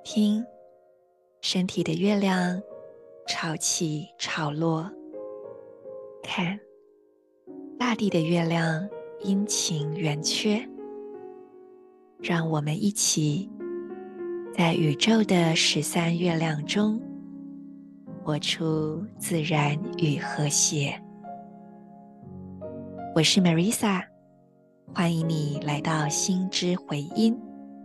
听身体的月亮潮起潮落，看大地的月亮阴晴圆缺。让我们一起在宇宙的13月亮中活出自然与和谐。我是 Marisa， 欢迎你来到心之回音。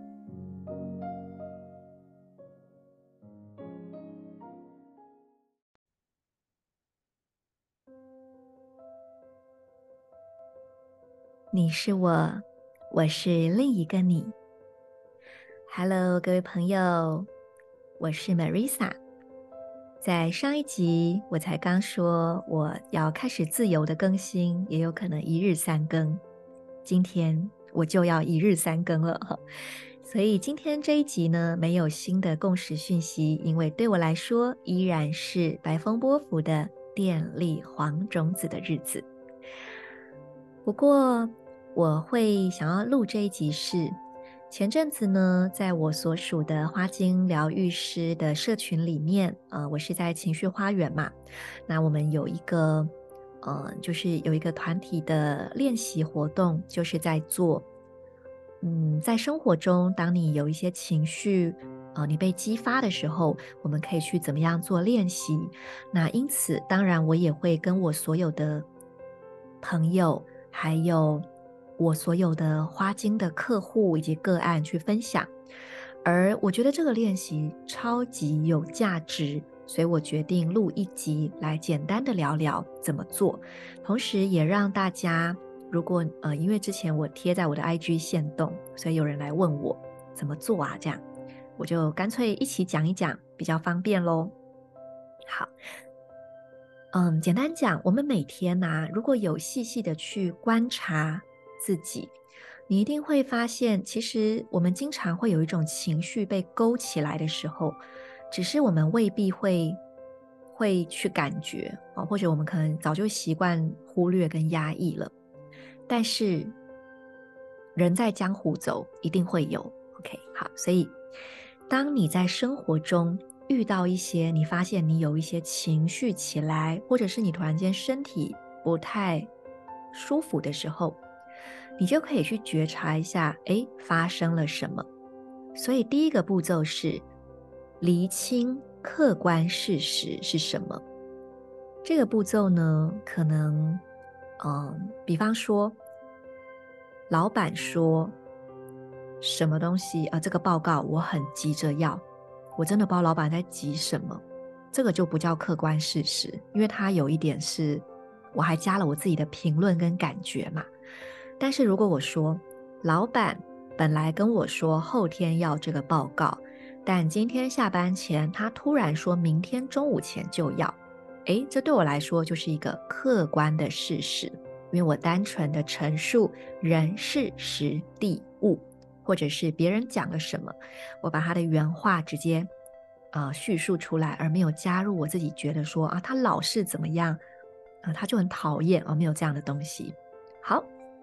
你是我，我是另一个你。Hello， 各位朋友，我是 Marisa。在上一集，我才刚说我要开始自由的更新，也有可能一日三更。今天我就要一日三更了，所以今天这一集呢，没有新的共识讯息，因为对我来说，依然是白风波符的电力黄种子的日子。不过我会想要录这一集是前阵子呢，在我所属的花精疗愈师的社群里面，我是在情绪花园嘛，那我们有一个就是有一个团体的练习活动，就是在做在生活中当你有一些情绪你被激发的时候，我们可以去怎么样做练习。那因此当然我也会跟我所有的朋友还有我所有的花精的客户以及个案去分享，而我觉得这个练习超级有价值，所以我决定录一集来简单的聊聊怎么做，同时也让大家如果因为之前我贴在我的 IG 限动，所以有人来问我怎么做啊，这样我就干脆一起讲一讲比较方便咯。好，简单讲，我们每天如果有细细的去观察自己，你一定会发现，其实我们经常会有一种情绪被勾起来的时候，只是我们未必会去感觉或者我们可能早就习惯忽略跟压抑了。但是人在江湖走，一定会有。OK， 好，所以当你在生活中遇到一些你发现你有一些情绪起来，或者是你突然间身体不太舒服的时候，你就可以去觉察一下，发生了什么。所以第一个步骤是厘清客观事实是什么。这个步骤呢，可能比方说老板说什么东西这个报告我很急着要，我真的不知道老板在急什么，这个就不叫客观事实，因为它有一点是我还加了我自己的评论跟感觉嘛。但是如果我说老板本来跟我说后天要这个报告，但今天下班前他突然说明天中午前就要，这对我来说就是一个客观的事实，因为我单纯的陈述人事时地物，或者是别人讲了什么，我把他的原话直接叙述出来，而没有加入我自己觉得说他老是怎么样他就很讨厌没有这样的东西。好，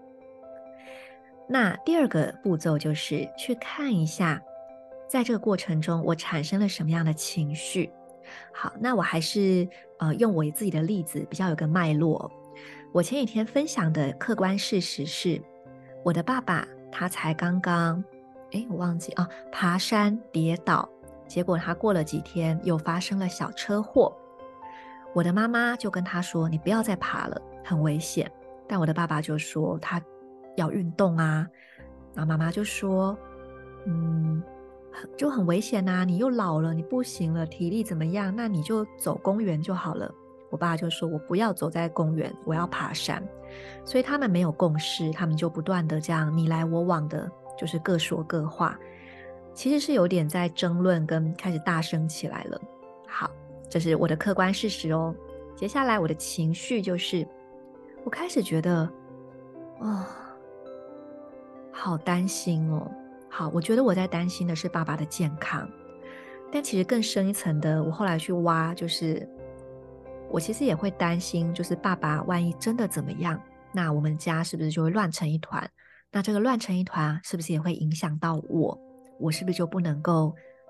那第二个步骤就是去看一下在这个过程中我产生了什么样的情绪。好，那我还是用我自己的例子比较有个脉络。我前几天分享的客观事实是，我的爸爸他才刚刚我忘记爬山跌倒，结果他过了几天又发生了小车祸。我的妈妈就跟他说，你不要再爬了，很危险。但我的爸爸就说他要运动啊，然后妈妈就说就很危险啊，你又老了，你不行了，体力怎么样，那你就走公园就好了。我爸就说我不要走在公园，我要爬山。所以他们没有共识，他们就不断的这样你来我往的，就是各说各话，其实是有点在争论跟开始大声起来了。好，这是我的客观事实哦。接下来我的情绪就是我开始觉得好担心哦。好，我觉得我在担心的是爸爸的健康，但其实更深一层的，我后来去挖，就是我其实也会担心，就是爸爸万一真的怎么样，那我们家是不是就会乱成一团？那这个乱成一团是不是也会影响到我？我是不是就不能够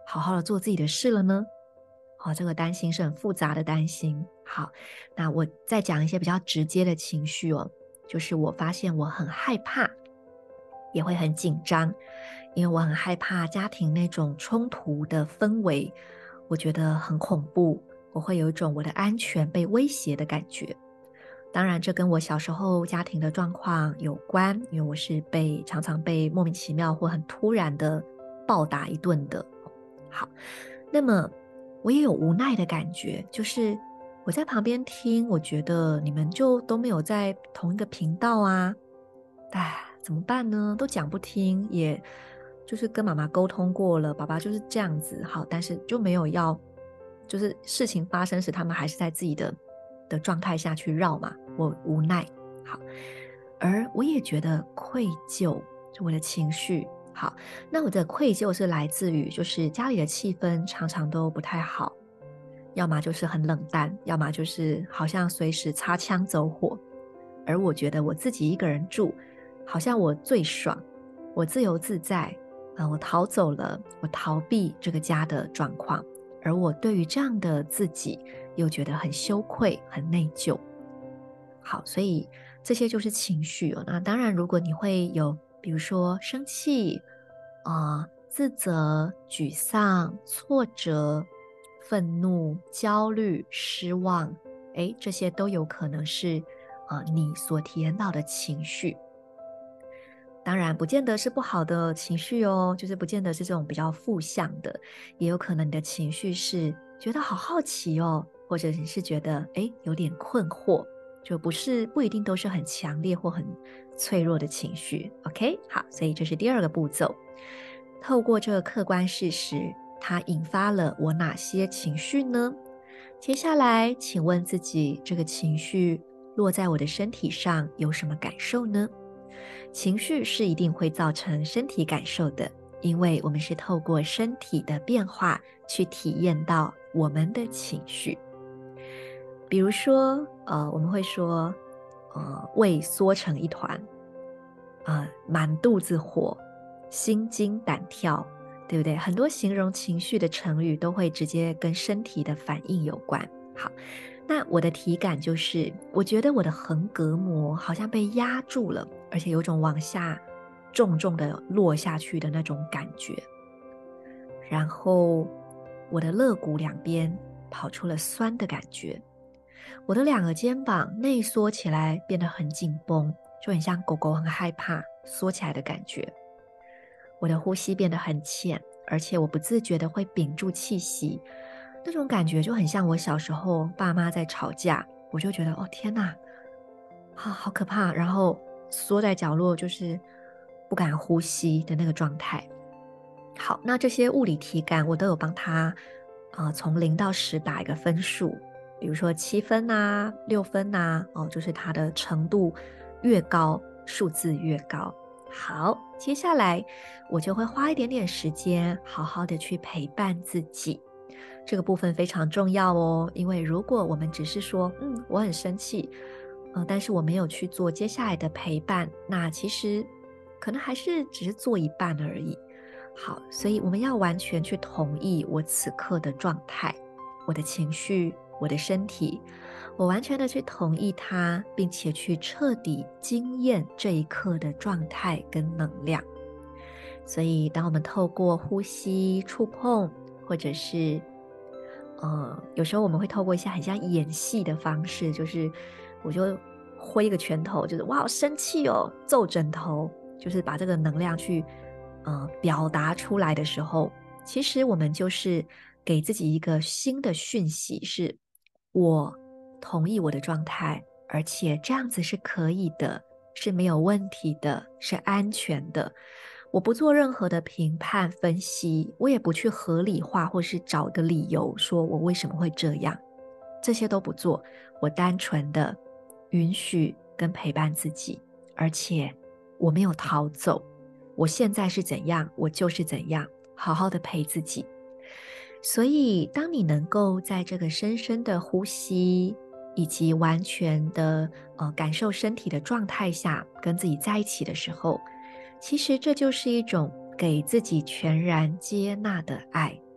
好好的做自己的事了呢？好，这个担心是很复杂的担心。好，那我再讲一些比较直接的情绪哦，就是我发现我很害怕，也会很紧张，因为我很害怕家庭那种冲突的氛围，我觉得很恐怖，我会有一种我的安全被威胁的感觉。当然，这跟我小时候家庭的状况有关，因为我是常常被莫名其妙或很突然的暴打一顿的。好，那么我也有无奈的感觉，就是我在旁边听，我觉得你们就都没有在同一个频道啊，哎，怎么办呢？都讲不听，也就是跟妈妈沟通过了，爸爸就是这样子，好，但是就没有要，就是事情发生时，他们还是在自己的状态下去绕嘛，我无奈，好，而我也觉得愧疚，就我的情绪。好，那我的愧疚是来自于，就是家里的气氛常常都不太好，要么就是很冷淡，要么就是好像随时擦枪走火。而我觉得我自己一个人住，好像我最爽，我自由自在，我逃走了，我逃避这个家的状况，而我对于这样的自己又觉得很羞愧、很内疚。好，所以这些就是情绪哦。那当然，如果你会有，比如说生气、自责、沮丧、挫折、愤怒、焦虑、失望，诶，这些都有可能是你所体验到的情绪。当然，不见得是不好的情绪哦，就是不见得是这种比较负向的，也有可能你的情绪是觉得好好奇哦，或者你是觉得诶有点困惑，就不一定都是很强烈或很脆弱的情绪。OK， 好，所以这是第二个步骤，透过这个客观事实，它引发了我哪些情绪呢？接下来，请问自己，这个情绪落在我的身体上有什么感受呢？情绪是一定会造成身体感受的，因为我们是透过身体的变化去体验到我们的情绪。比如说，我们会说，胃缩成一团，满肚子火，心惊胆跳，对不对？很多形容情绪的成语都会直接跟身体的反应有关。好，那我的体感就是，我觉得我的横膈膜好像被压住了，而且有种往下重重的落下去的那种感觉。然后我的肋骨两边跑出了酸的感觉，我的两个肩膀内缩起来变得很紧绷，就很像狗狗很害怕缩起来的感觉。我的呼吸变得很浅，而且我不自觉的会屏住气息，那种感觉就很像我小时候爸妈在吵架，我就觉得哦天哪，好可怕，然后缩在角落就是不敢呼吸的那个状态。好，那这些物理体感我都有帮他从0到10打一个分数，比如说7分啊、6分啊，就是它的程度越高，数字越高。好，接下来我就会花一点点时间，好好的去陪伴自己。这个部分非常重要哦，因为如果我们只是说，我很生气，但是我没有去做接下来的陪伴，那其实可能还是只是做一半而已。好，所以我们要完全去同意我此刻的状态，我的情绪，我的身体，我完全的去同意它，并且去彻底经验这一刻的状态跟能量。所以当我们透过呼吸、触碰，或者是有时候我们会透过一些很像演戏的方式，就是我就挥一个拳头，就是哇好生气哦，揍枕头，就是把这个能量去表达出来的时候，其实我们就是给自己一个新的讯息，是我同意我的状态，而且这样子是可以的，是没有问题的，是安全的。我不做任何的评判分析，我也不去合理化或是找个理由说我为什么会这样，这些都不做，我单纯的允许跟陪伴自己，而且我没有逃走，我现在是怎样，我就是怎样，好好的陪自己。所以当你能够在这个深深的呼吸以及完全的感受身体的状态下跟自己在一起的时候，其实这就是一种给自己全然接纳的爱。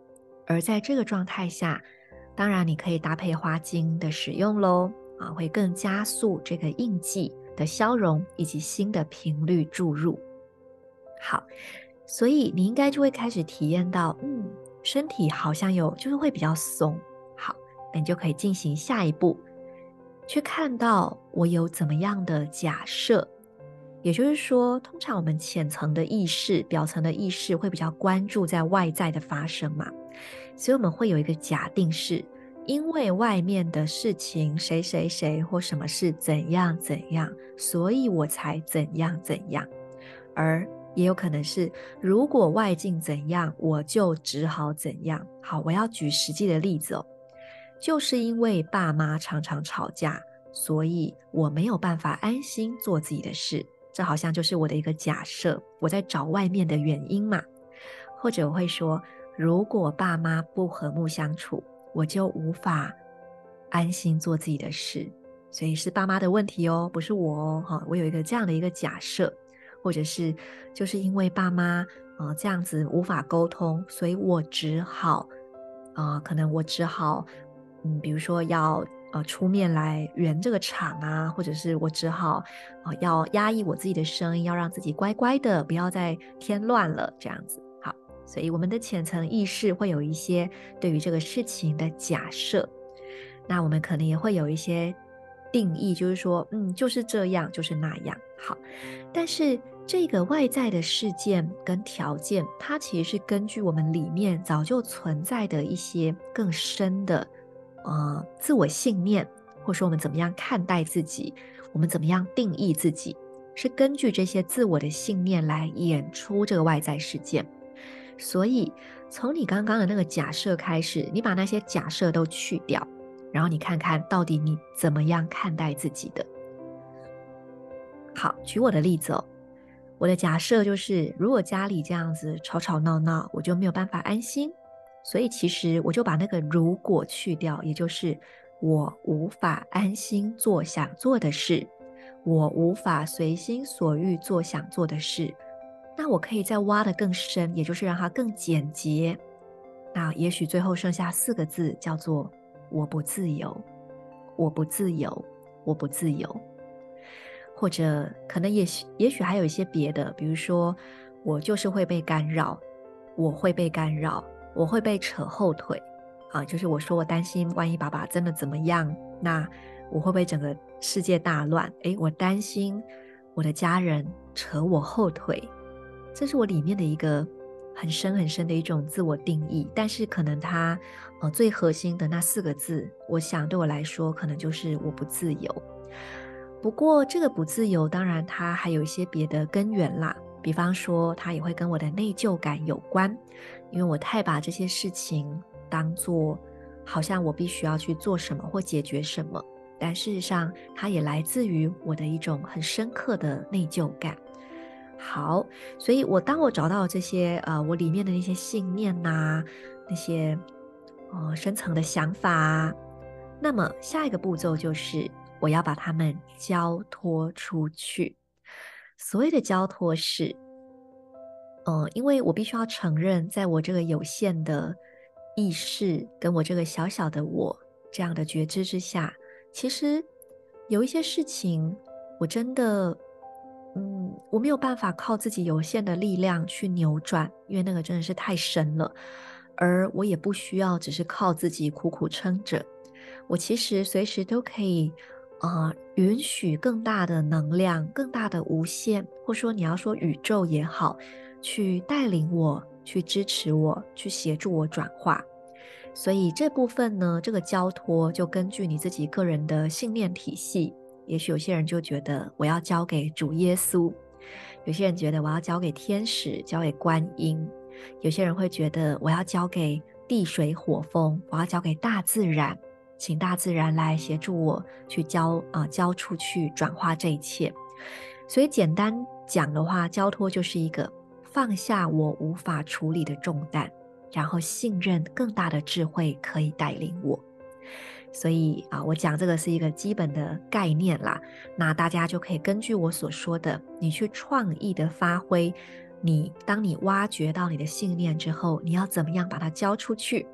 而在这个状态下，当然你可以搭配花精的使用咯，会更加速这个印记的消融以及新的频率注入。好，所以你应该就会开始体验到，身体好像就是会比较松。好，那你就可以进行下一步，去看到我有怎么样的假设。也就是说，通常我们浅层的意识、表层的意识会比较关注在外在的发生嘛，所以我们会有一个假定是，因为外面的事情谁谁谁或什么事怎样怎样，所以我才怎样怎样。而也有可能是，如果外境怎样，我就只好怎样。好，我要举实际的例子哦，就是因为爸妈常常吵架，所以我没有办法安心做自己的事。这好像就是我的一个假设，我在找外面的原因嘛。或者我会说，如果爸妈不和睦相处，我就无法安心做自己的事，所以是爸妈的问题哦，不是我哦。我有一个这样的一个假设，或者是就是因为爸妈这样子无法沟通，所以我只好可能我只好比如说要出面来圆这个场啊，或者是我只好要压抑我自己的声音，要让自己乖乖的，不要再添乱了，这样子。好，所以我们的浅层意识会有一些对于这个事情的假设，那我们可能也会有一些定义，就是说就是这样，就是那样。好，但是这个外在的事件跟条件，它其实是根据我们里面早就存在的一些更深的自我信念，或者说我们怎么样看待自己，我们怎么样定义自己，是根据这些自我的信念来演出这个外在事件。所以从你刚刚的那个假设开始，你把那些假设都去掉，然后你看看到底你怎么样看待自己的。好，举我的例子哦，我的假设就是，如果家里这样子吵吵闹闹，我就没有办法安心。所以其实我就把那个如果去掉，也就是我无法安心做想做的事，我无法随心所欲做想做的事。那我可以再挖得更深，也就是让它更简洁。那也许最后剩下4个字，叫做我不自由，我不自由，我不自由。或者可能也许还有一些别的，比如说我就是会被干扰，我会被干扰，我会被扯后腿就是我说我担心万一爸爸真的怎么样，那我会不会整个世界大乱？我担心我的家人扯我后腿，这是我里面的一个很深很深的一种自我定义。但是可能它最核心的那4个字，我想对我来说可能就是我不自由。不过这个不自由当然它还有一些别的根源啦，比方说它也会跟我的内疚感有关，因为我太把这些事情当作好像我必须要去做什么或解决什么，但事实上它也来自于我的一种很深刻的内疚感。好，所以当我找到这些我里面的那些信念那些深层的想法那么下一个步骤就是我要把它们交托出去。所谓的交托是因为我必须要承认，在我这个有限的意识跟我这个小小的我这样的觉知之下，其实有一些事情我真的我没有办法靠自己有限的力量去扭转，因为那个真的是太深了。而我也不需要只是靠自己苦苦撑着，我其实随时都可以允许更大的能量、更大的无限，或说你要说宇宙也好，去带领我，去支持我，去协助我转化。所以这部分呢，这个交托就根据你自己个人的信念体系，也许有些人就觉得我要交给主耶稣，有些人觉得我要交给天使，交给观音，有些人会觉得我要交给地水火风，我要交给大自然，请大自然来协助我去交出去转化这一切。所以简单讲的话，交托就是一个放下我无法处理的重担，然后信任更大的智慧可以带领我。所以我讲这个是一个基本的概念啦，那大家就可以根据我所说的，你去创意的发挥，当你挖掘到你的信念之后，你要怎么样把它交出去，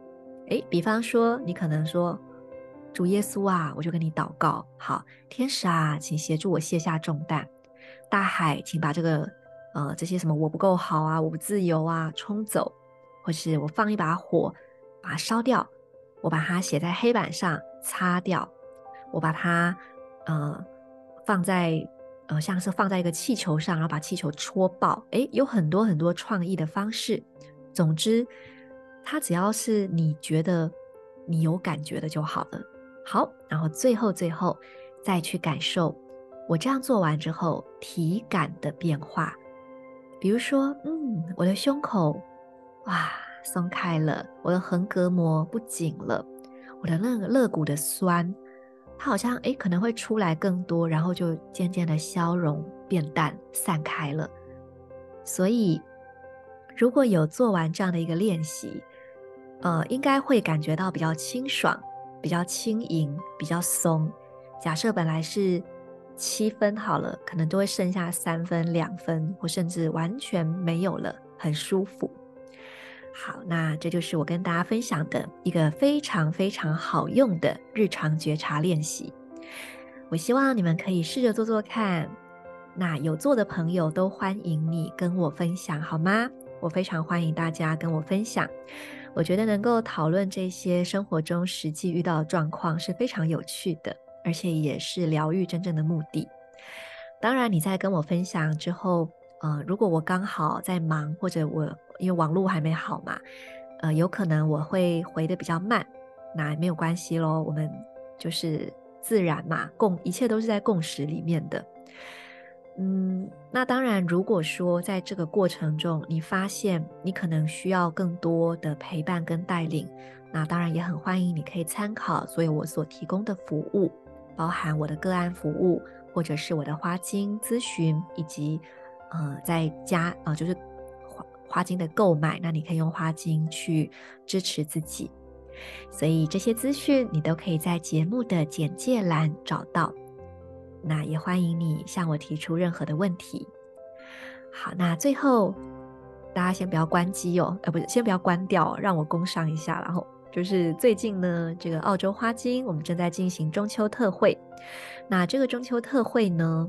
比方说你可能说，主耶稣啊，我就跟你祷告，好，天使啊，请协助我卸下重担，大海，请把这些什么我不够好啊，我不自由啊冲走，或是我放一把火把它烧掉，我把它写在黑板上擦掉，我把它放在像是放在一个气球上，然后把气球戳爆，有很多很多创意的方式。总之，它只要是你觉得你有感觉的就好了。好，然后最后再去感受我这样做完之后体感的变化。比如说，我的胸口哇松开了，我的横膈膜不紧了，我的那个肋骨的酸，它好像可能会出来更多，然后就渐渐的消融变淡散开了。所以如果有做完这样的一个练习，应该会感觉到比较清爽，比较轻盈，比较松。假设本来是7分好了，可能都会剩下3分、2分，或甚至完全没有了，很舒服。好，那这就是我跟大家分享的一个非常非常好用的日常觉察练习。我希望你们可以试着做做看，那有做的朋友都欢迎你跟我分享，好吗？我非常欢迎大家跟我分享，我觉得能够讨论这些生活中实际遇到的状况是非常有趣的，而且也是疗愈真正的目的。当然你在跟我分享之后，如果我刚好在忙，或者因为网络还没好嘛，有可能我会回得比较慢，那没有关系咯，我们就是自然嘛，一切都是在共识里面的。那当然，如果说在这个过程中，你发现你可能需要更多的陪伴跟带领，那当然也很欢迎你可以参考所有我所提供的服务，包含我的个案服务，或者是我的花精咨询，以及在家就是花精的购买，那你可以用花精去支持自己。所以这些资讯你都可以在节目的简介栏找到。那也欢迎你向我提出任何的问题。好，那最后大家先不要关机哦，不是，先不要关掉，让我工商一下。然后就是最近呢，这个澳洲花精我们正在进行中秋特惠。那这个中秋特惠呢，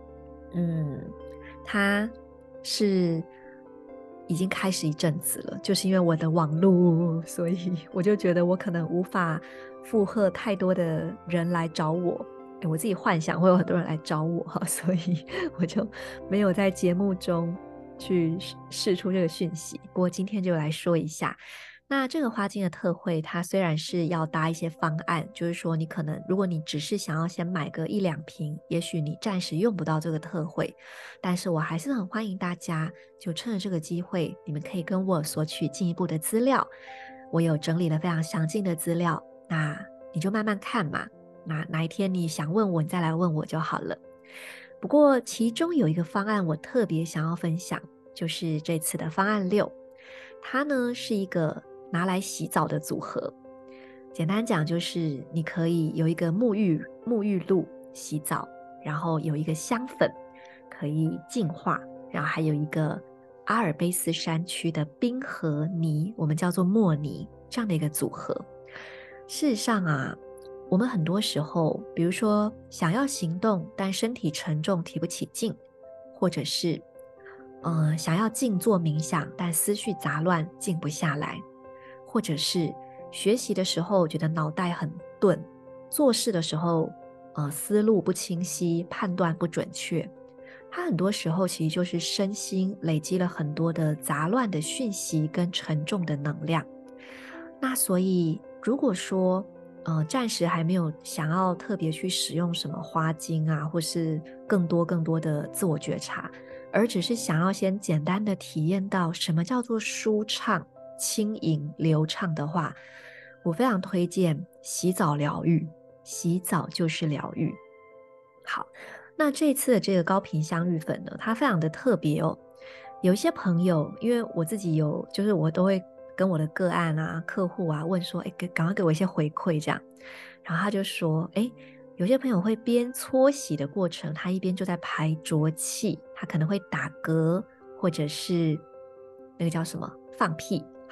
它是已经开始一阵子了，就是因为我的网路，所以我就觉得我可能无法负荷太多的人来找我。我自己幻想会有很多人来找我，所以我就没有在节目中去释出这个讯息。不过今天就来说一下，那这个花精的特惠，它虽然是要搭一些方案，就是说你可能如果你只是想要先买个1-2瓶，也许你暂时用不到这个特惠，但是我还是很欢迎大家就趁着这个机会，你们可以跟我索取进一步的资料，我有整理了非常详尽的资料，那你就慢慢看嘛，那哪一天你想问我，你再来问我就好了。不过其中有一个方案我特别想要分享，就是这次的方案6，它呢是一个拿来洗澡的组合。简单讲就是你可以有一个沐浴露洗澡，然后有一个香粉可以净化，然后还有一个阿尔卑斯山区的冰河泥，我们叫做莫泥，这样的一个组合。事实上啊，我们很多时候，比如说想要行动，但身体沉重提不起劲，或者是想要静坐冥想，但思绪杂乱静不下来，或者是学习的时候觉得脑袋很钝，做事的时候思路不清晰，判断不准确。它很多时候其实就是身心累积了很多的杂乱的讯息跟沉重的能量。那所以如果说暂时还没有想要特别去使用什么花精啊，或是更多的自我觉察，而只是想要先简单的体验到什么叫做舒畅、轻盈、流畅的话，我非常推荐洗澡疗愈，洗澡就是疗愈。好，那这次的这个高频香芋粉呢，它非常的特别哦。有一些朋友，因为我自己就是我都会跟我的个案啊、客户啊问说，赶快给我一些回馈这样。然后他就说，有些朋友会边搓洗的过程，他一边就在排浊气，他可能会打嗝，或者是那个叫什么放屁。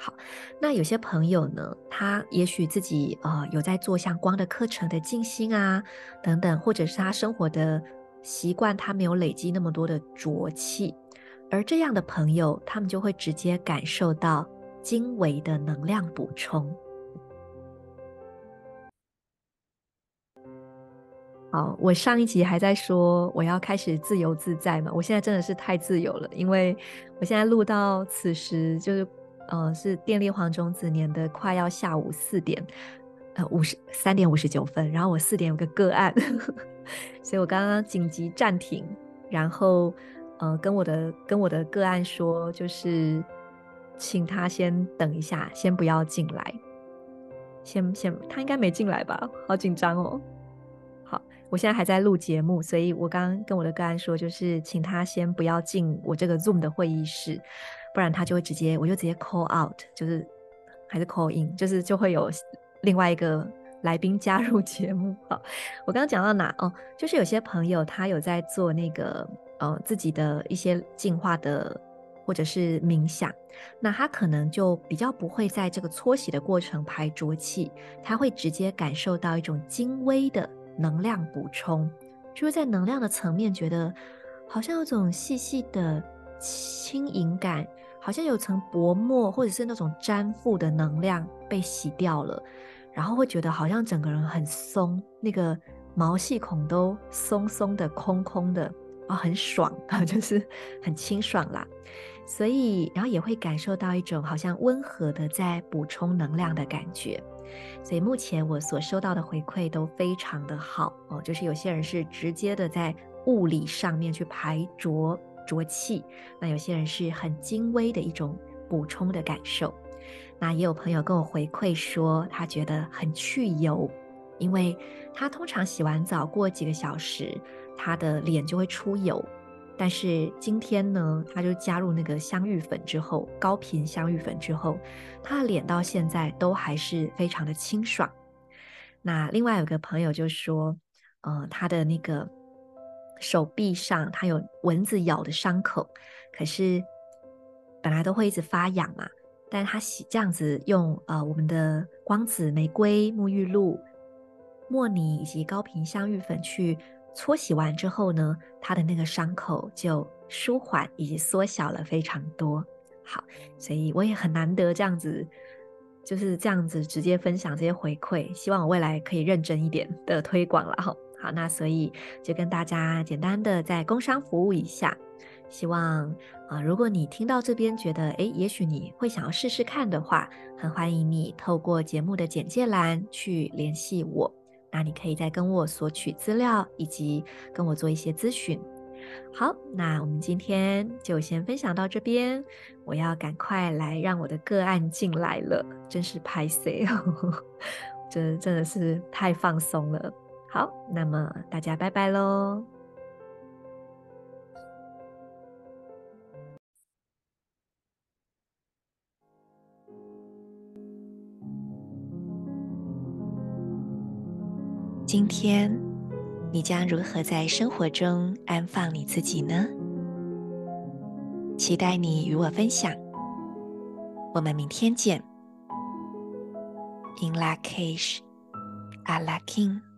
好，那有些朋友呢，他也许自己有在做像光的课程的静心啊等等，或者是他生活的习惯，他没有累积那么多的浊气，而这样的朋友，他们就会直接感受到精微的能量补充。好，我上一集还在说我要开始自由自在嘛，我现在真的是太自由了，因为我现在录到此时是电力黄种子年的快要下午3:59，然后我4点有个个案，所以我刚刚紧急暂停，然后跟我的个案说，就是请他先等一下，先不要进来，先他应该没进来吧？好紧张哦。好，我现在还在录节目，所以我刚刚跟我的个案说，就是请他先不要进我这个 Zoom 的会议室，不然他就会我就直接 call out，就是还是 call in，就会有另外一个来宾加入节目。好，我刚刚讲到哪？哦，就是有些朋友他有在做那个自己的一些进化的或者是冥想，那他可能就比较不会在这个搓洗的过程排浊气，他会直接感受到一种精微的能量补充，就是在能量的层面觉得好像有种细细的轻盈感，好像有层薄膜或者是那种粘附的能量被洗掉了，然后会觉得好像整个人很松，那个毛细孔都松松的空空的很爽啊，就是很清爽啦。所以然后也会感受到一种好像温和的在补充能量的感觉。所以目前我所收到的回馈都非常的好哦，就是有些人是直接的在物理上面去排浊气，那有些人是很精微的一种补充的感受。那也有朋友跟我回馈说他觉得很去油，因为他通常洗完澡过几个小时他的脸就会出油，但是今天呢，他就加入那个香芋粉之后，高频香芋粉之后，他的脸到现在都还是非常的清爽。那另外有个朋友就说，他的那个手臂上他有蚊子咬的伤口，可是本来都会一直发痒嘛，但他这样子用我们的光子玫瑰沐浴露、莫妮以及高频香芋粉去搓洗完之后呢，他的那个伤口就舒缓以及缩小了非常多。好，所以我也很难得这样子，就是这样子直接分享这些回馈，希望我未来可以认真一点的推广了哈。好，那所以就跟大家简单的在工商服务一下，希望如果你听到这边觉得也许你会想要试试看的话，很欢迎你透过节目的简介栏去联系我，那你可以再跟我索取资料以及跟我做一些咨询。好，那我们今天就先分享到这边，我要赶快来让我的个案进来了，真是拍谁哦，这真的是太放松了。好，那么大家拜拜咯。今天你将如何在生活中安放你自己呢？期待你与我分享。我们明天见。In Lak'ech, A La King。